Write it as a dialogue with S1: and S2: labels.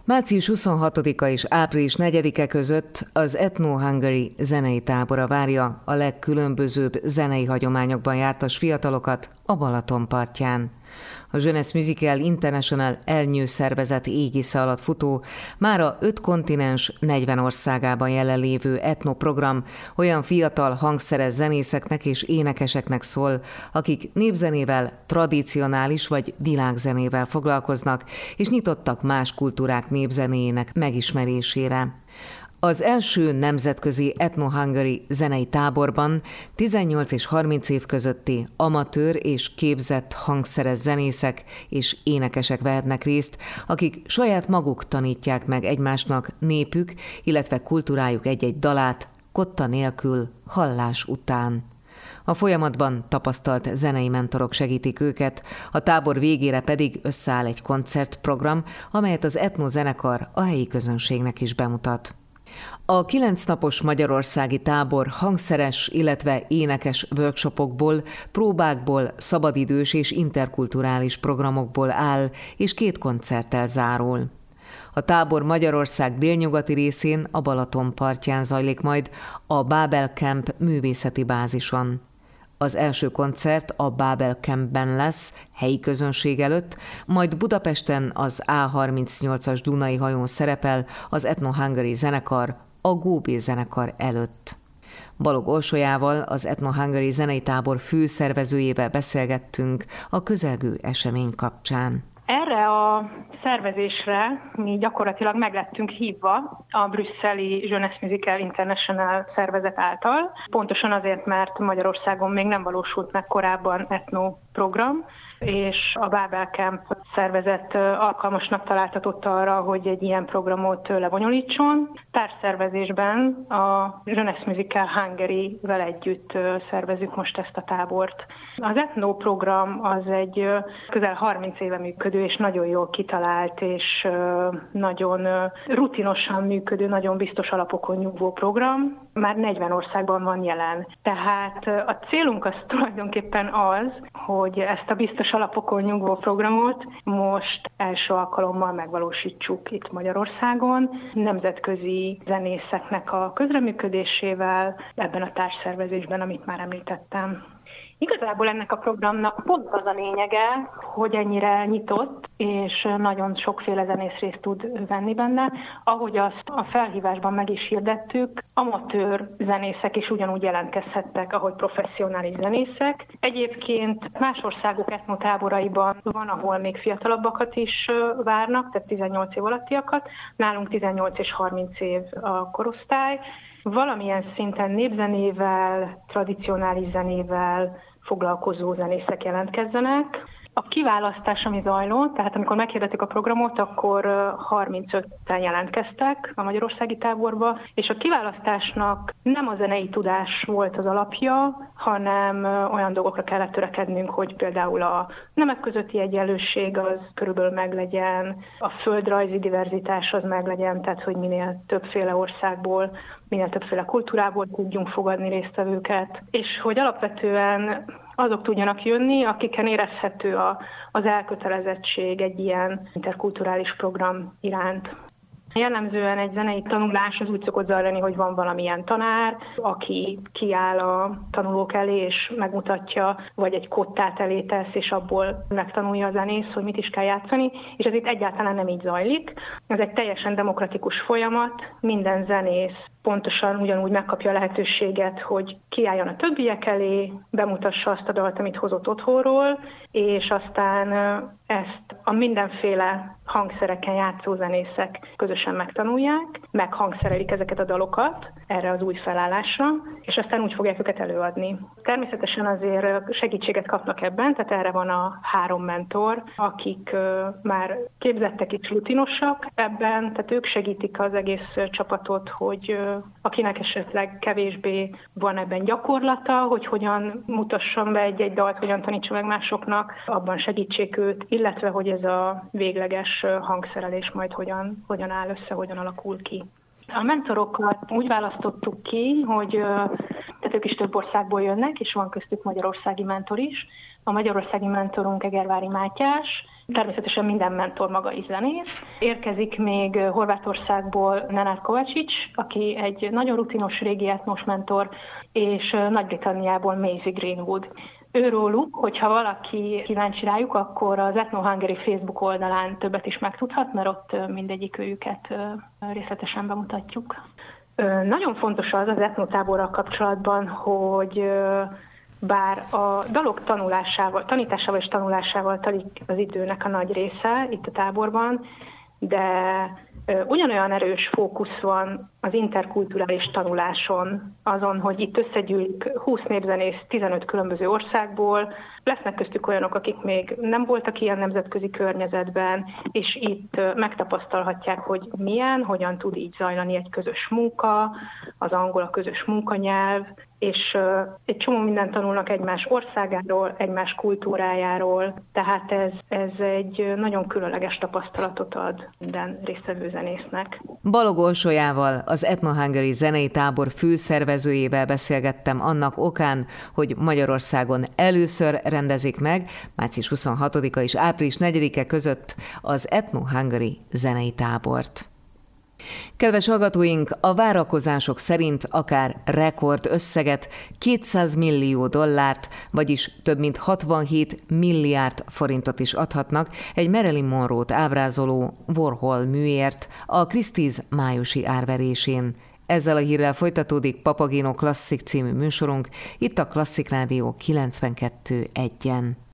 S1: Március 26-a és április 4-e között az Ethno-Hungary zenei tábora várja a legkülönbözőbb zenei hagyományokban jártas fiatalokat a Balaton partján. A Jeunesse Musicale International ernyő szervezet égisze alatt futó, mára 5 kontinens, 40 országában jelenlévő etnoprogram olyan fiatal hangszeres zenészeknek és énekeseknek szól, akik népzenével, tradicionális vagy világzenével foglalkoznak, és nyitottak más kultúrák népzenéjének megismerésére. Az első nemzetközi Ethno-Hungary zenei táborban 18 és 30 év közötti amatőr és képzett hangszeres zenészek és énekesek vehetnek részt, akik saját maguk tanítják meg egymásnak népük, illetve kultúrájuk egy-egy dalát, kotta nélkül, hallás után. A folyamatban tapasztalt zenei mentorok segítik őket, a tábor végére pedig összeáll egy koncertprogram, amelyet az etnozenekar a helyi közönségnek is bemutat. A 9 napos magyarországi tábor hangszeres, illetve énekes workshopokból, próbákból, szabadidős és interkulturális programokból áll, és 2 koncerttel zárul. A tábor Magyarország délnyugati részén, a Balaton partján zajlik majd a Babel Camp művészeti bázison. Az első koncert a Babel Campben lesz, helyi közönség előtt, majd Budapesten az A38-as Dunai hajón szerepel az Ethno-Hungary zenekar, a Góbé zenekar előtt. Balog Orsolyával, az Ethno-Hungary zenei tábor főszervezőjével beszélgettünk a közelgő esemény kapcsán.
S2: Erre a szervezésre mi gyakorlatilag meg lettünk hívva a brüsszeli Jeunesse Musicale International szervezet által, pontosan azért, mert Magyarországon még nem valósult meg korábban etno program, és a Babel Camp szervezet alkalmasnak találtatott arra, hogy egy ilyen programot lebonyolítson. Társszervezésben a Jeunesse Musicale Hungary-vel együtt szervezzük most ezt a tábort. Az etno program az egy közel 30 éve működő és nagyon jól kitalált és nagyon rutinosan működő, nagyon biztos alapokon nyugvó program. Már 40 országban van jelen. Tehát a célunk az tulajdonképpen az, hogy ezt a biztos alapokon nyugvó programot most első alkalommal megvalósítsuk itt Magyarországon, nemzetközi zenészeknek a közreműködésével, ebben a társszervezésben, amit már említettem. Igazából ennek a programnak pont az a lényege, hogy ennyire nyitott, és nagyon sokféle zenész részt tud venni benne. Ahogy azt a felhívásban meg is hirdettük, amatőr zenészek is ugyanúgy jelentkezhettek, ahogy professzionális zenészek. Egyébként más országok etnotáboraiban van, ahol még fiatalabbakat is várnak, tehát 18 év alattiakat. Nálunk 18 és 30 év a korosztály. Valamilyen szinten népzenével, tradicionális zenével foglalkozó zenészek jelentkezzenek. A kiválasztás, ami zajlott, tehát amikor meghirdettük a programot, akkor 35-en jelentkeztek a magyarországi táborba, és a kiválasztásnak nem a zenei tudás volt az alapja, hanem olyan dolgokra kellett törekednünk, hogy például a nemek közötti egyenlőség az körülbelül meglegyen, a földrajzi diverzitás az meglegyen, tehát hogy minél többféle országból, minél többféle kultúrából tudjunk fogadni résztvevőket, és hogy alapvetően azok tudjanak jönni, akiken érezhető az elkötelezettség egy ilyen interkulturális program iránt. Jellemzően egy zenei tanulás az úgy szokott zajlani, hogy van valamilyen tanár, aki kiáll a tanulók elé és megmutatja, vagy egy kottát elé tesz, és abból megtanulja a zenész, hogy mit is kell játszani, és ez itt egyáltalán nem így zajlik. Ez egy teljesen demokratikus folyamat, minden zenész pontosan ugyanúgy megkapja a lehetőséget, hogy kiálljon a többiek elé, bemutassa azt a dalt, amit hozott otthonról, és aztán ezt a mindenféle hangszereken játszó zenészek közösen megtanulják, meghangszerelik ezeket a dalokat erre az új felállásra, és aztán úgy fogják őket előadni. Természetesen azért segítséget kapnak ebben, tehát erre van a 3 mentor, akik már képzettek és rutinosak ebben, tehát ők segítik az egész csapatot, hogy akinek esetleg kevésbé van ebben gyakorlata, hogy hogyan mutasson be egy dalt, hogyan tanítsa meg másoknak, abban segítsék őt, illetve hogy ez a végleges hangszerelés majd hogyan áll össze, hogyan alakul ki. A mentorokat úgy választottuk ki, hogy tehát ők is több országból jönnek, és van köztük magyarországi mentor is. A magyarországi mentorunk Egervári Mátyás, Természetesen minden mentor maga is zenész. Érkezik még Horvátországból Nenad Kovačić, aki egy nagyon rutinos régi etnos mentor, és Nagy-Britanniából Maisie Greenwood. Őróluk, hogyha valaki kíváncsi rájuk, akkor az Ethno Hungary Facebook oldalán többet is megtudhat, mert ott mindegyik őket részletesen bemutatjuk. Nagyon fontos az etnotáborral kapcsolatban, hogy bár a dalok tanításával és tanulásával telik az időnek a nagy része itt a táborban, de ugyanolyan erős fókusz van az interkulturális tanuláson, azon, hogy itt összegyűlik 20 népzenész 15 különböző országból, lesznek köztük olyanok, akik még nem voltak ilyen nemzetközi környezetben, és itt megtapasztalhatják, hogy hogyan tud így zajlani egy közös munka, az angol a közös munkanyelv, és egy csomó mindent tanulnak egymás országáról, egymás kultúrájáról, tehát ez egy nagyon különleges tapasztalatot ad minden résztvevő zenésznek.
S1: Balog Orsolyával, az Ethno Hungary zenei tábor főszervezőjével beszélgettem annak okán, hogy Magyarországon először rendezik meg március 26-a és április 4-e között az Ethno Hungary zenei tábort. Kedves hallgatóink, a várakozások szerint akár rekord összeget, $200 millió, vagyis több mint 67 milliárd forintot is adhatnak egy Marilyn Monroe-t ábrázoló Warhol műért a Christie's májusi árverésén. Ezzel a hírrel folytatódik Papageno Klasszik című műsorunk, itt a Klasszik Rádió 92.1-en.